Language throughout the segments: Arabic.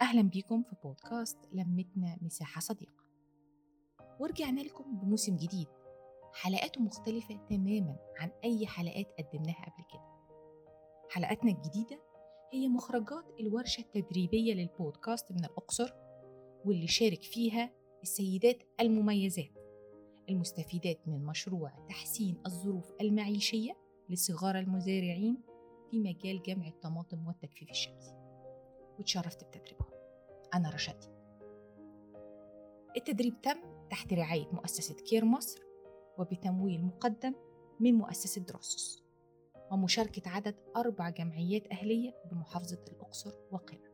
أهلا بيكم في بودكاست لمتنا مساحة صديقة، ورجعنا لكم بموسم جديد حلقاته مختلفة تماما عن أي حلقات قدمناها قبل كده. حلقاتنا الجديدة هي مخرجات الورشة التدريبية للبودكاست من الأقصر، واللي شارك فيها السيدات المميزات المستفيدات من مشروع تحسين الظروف المعيشية لصغار المزارعين في مجال جمع الطماطم والتجفيف الشمسي، وتشرفت بتدريبهم. أنا رشدي. التدريب تم تحت رعاية مؤسسة كير مصر وبتمويل مقدم من مؤسسة دروسوس، ومشاركة عدد 4 جمعيات أهلية بمحافظة الأقصر وقنا.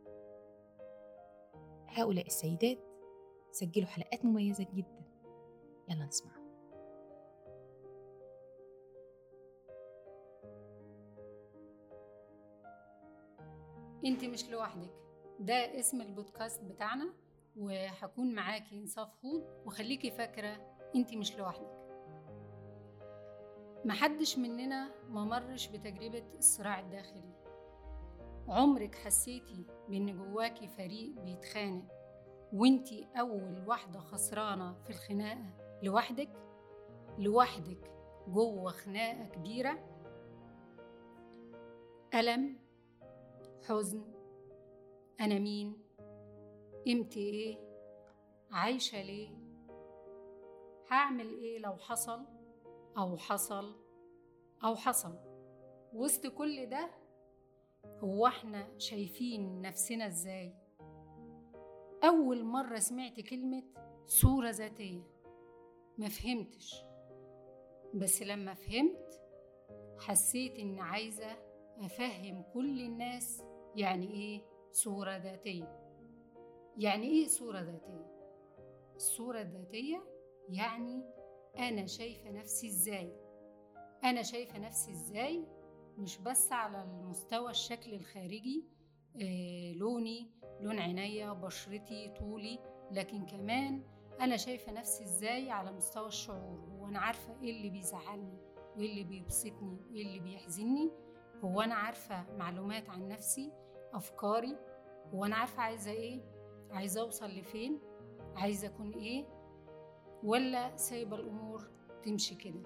هؤلاء السيدات سجلوا حلقات مميزة جدا، يلا نسمع. انت مش لوحدك، ده اسم البودكاست بتاعنا، وهكون معاكي انصاف خوض. وخليكي فاكرة انت مش لوحدك. محدش مننا ما مرش بتجربة الصراع الداخلي. عمرك حسيتي بان جواكي فريق بيتخانق وانتي اول واحدة خسرانة في الخناقة لوحدك جوه خناقة كبيرة؟ ألم، حزن، أنا مين؟ قيمتي إيه؟ عايشة ليه؟ هعمل إيه لو حصل أو حصل؟ وسط كل ده، هو إحنا شايفين نفسنا إزاي؟ أول مرة سمعت كلمة صورة ذاتية ما فهمتش، بس لما فهمت حسيت إن عايزة أفهم كل الناس يعني إيه صورة ذاتية. يعني إيه صورة ذاتية؟ الصورة الذاتية يعني أنا شايفة نفسي إزاي، مش بس على المستوى الشكل الخارجي، لون عينيا، بشرتي، طولي، لكن كمان أنا شايفة نفسي إزاي على مستوى الشعور. وأنا عارفة إيه اللي بيزعلني وإيه اللي بيبسطني وإيه اللي بيحزنني. هو أنا عارفة معلومات عن نفسي، أفكاري. هو أنا عارفة عايزة إيه، عايزة أوصل لفين، عايزة أكون إيه، ولا سايبة الأمور تمشي كده؟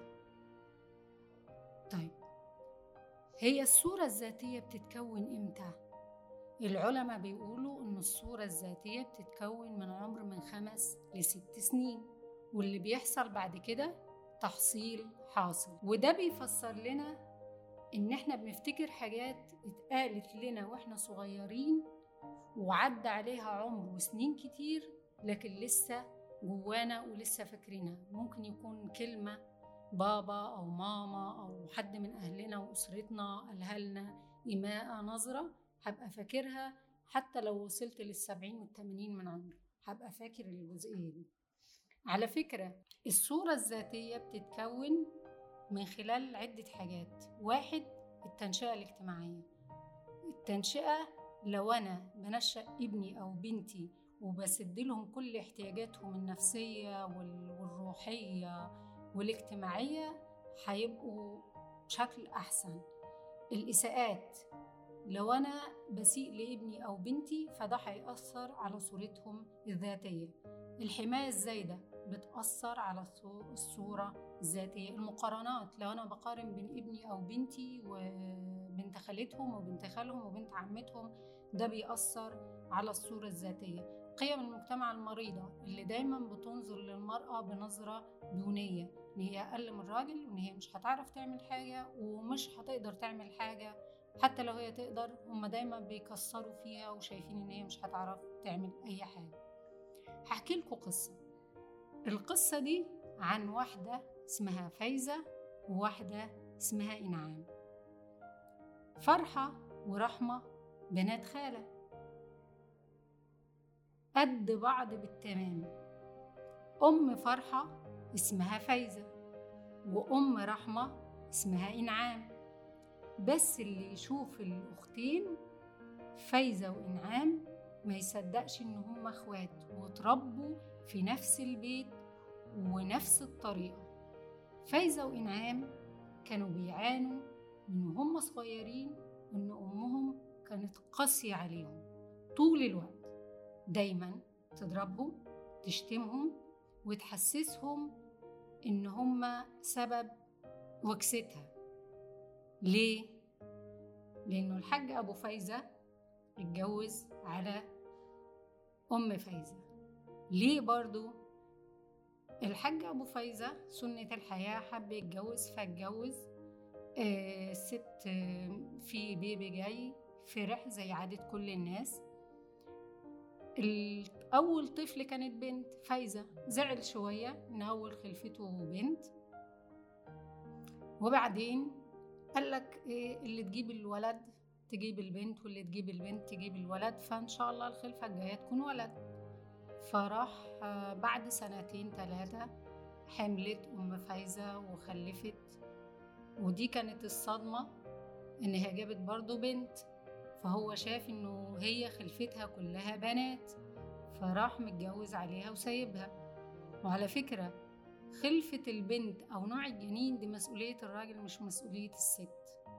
طيب، هي الصورة الذاتية بتتكون إمتى؟ العلماء بيقولوا إن الصورة الذاتية بتتكون من عمر من 5 ل6 سنين، واللي بيحصل بعد كده تحصيل حاصل. وده بيفسر لنا إن إحنا بنفتكر حاجات اتقالت لنا وإحنا صغيرين وعدى عليها عمر وسنين كتير، لكن لسه جوانا ولسه فاكرينها. ممكن يكون كلمة بابا أو ماما أو حد من أهلنا وأسرتنا قالها لنا، إيماء، نظرة، هبقى فاكرها حتى لو وصلت لل70 وال80 من عمري، هبقى فاكر الجزئية دي. على فكرة، الصورة الذاتية بتتكون من خلال عدة حاجات. 1، التنشئة الاجتماعية. التنشئة، لو أنا بنشأ ابني أو بنتي وبسد لهم كل احتياجاتهم النفسية والروحية والاجتماعية، هيبقوا بشكل أحسن. الإساءات، لو أنا بسيء لابني أو بنتي فده هيأثر على صورتهم الذاتية. الحماية الزايدة بتأثر على الصورة الذاتية. المقارنات، لو أنا بقارن بين ابني أو بنتي وبنت خالتهم وبنت خالهم وبنت عمتهم، ده بيأثر على الصورة الذاتية. قيم المجتمع المريضة اللي دايما بتنظر للمرأة بنظرة دونية، إن هي أقل من الراجل، وإن هي مش هتعرف تعمل حاجة ومش هتقدر تعمل حاجة، حتى لو هي تقدر هم دايما بيكسروا فيها وشايفين إن هي مش هتعرف تعمل أي حاجة. هحكي لكم قصة. القصة دي عن واحدة اسمها فايزة وواحدة اسمها إنعام. فرحة ورحمة بنات خالة قد بعض بالتمام. أم فرحة اسمها فايزة وأم رحمة اسمها إنعام. بس اللي يشوف الأختين فايزة وإنعام ما يصدقش إن هم أخوات وتربوا في نفس البيت ونفس الطريقة. فايزة وإنعام كانوا بيعانوا من هم صغيرين إن أمهم كانت قاسية عليهم طول الوقت. دايما تضربهم، تشتمهم، وتحسسهم إن هم سبب وكستها. ليه؟ لأنه الحاج أبو فايزة اتجوز على أم فايزة. ليه برضو؟ الحاج أبو فايزة سنة الحياة، حب يتجوز فاتجوز. الست في بيبي جاي، فرح زي عادة كل الناس. أول طفل كانت بنت فايزة، زعل شوية إن أول خلفته بنت، وبعدين قال لك اللي تجيب الولد تجيب البنت، واللي تجيب البنت تجيب الولد، فإن شاء الله الخلفة الجاية تكون ولد. فراح بعد 2-3 حملت أم فايزة وخلفت، ودي كانت الصدمة إنها جابت برضو بنت. فهو شاف إنه هي خلفتها كلها بنات، فراح متجوز عليها وسايبها. وعلى فكرة خلفة البنت أو نوع الجنين دي مسؤولية الراجل مش مسؤولية الست.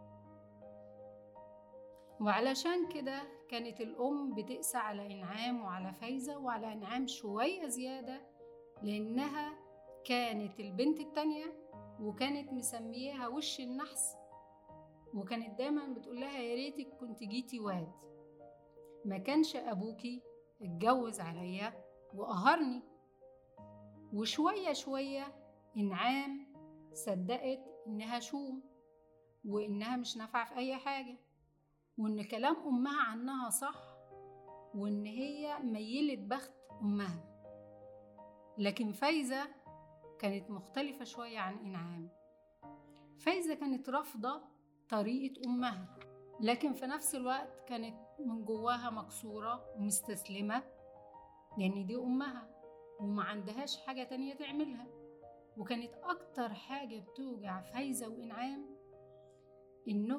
وعلشان كده كانت الأم بتقسى على إنعام وعلى فايزة وعلى إنعام شوية زيادة، لأنها كانت البنت التانية وكانت مسميها وش النحس، وكانت دايما بتقول لها يا ريتك كنت جيتي واد، ما كانش أبوكي اتجوز عليا وقهرني. وشوية شوية إنعام صدقت إنها شوم، وإنها مش نافعة في أي حاجة، وإن كلام أمها عنها صح، وإن هي ميلت بخت أمها. لكن فايزة كانت مختلفة شوية عن إنعام. فايزة كانت رافضة طريقة أمها، لكن في نفس الوقت كانت من جواها مكسورة ومستسلمة، لأن دي أمها وما عندهاش حاجة تانية تعملها. وكانت أكتر حاجة بتوجع فايزة وإنعام إن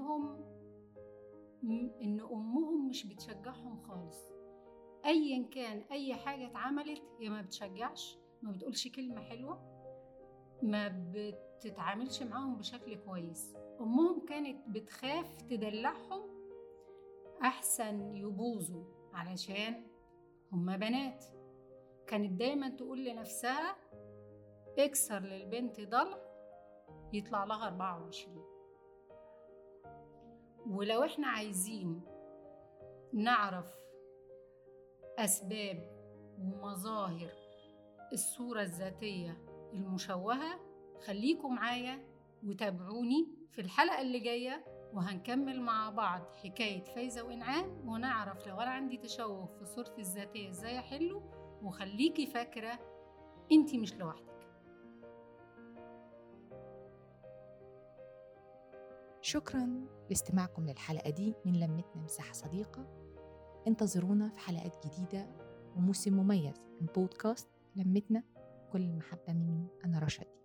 أمهم مش بتشجعهم خالص. أيا كان أي حاجة اتعملت هي ما بتشجعش، ما بتقولش كلمة حلوة، ما بتتعاملش معاهم بشكل كويس. أمهم كانت بتخاف تدلعهم أحسن يبوظوا علشان هما بنات. كانت دايما تقول لنفسها اكسر للبنت ضلع يطلع لها 24. ولو احنا عايزين نعرف أسباب ومظاهر الصورة الذاتية المشوهة، خليكم معايا وتابعوني في الحلقة اللي جاية، وهنكمل مع بعض حكاية فايزة وإنعام، ونعرف لو أنا عندي تشوه في صورتي الذاتية إزاي أحله. وخليكي فاكرة أنتي مش لوحدك. شكراً لاستماعكم للحلقة دي من لمتنا مساحة صديقة. انتظرونا في حلقات جديدة وموسم مميز من بودكاست لمتنا. كل المحبة مني أنا رشدي.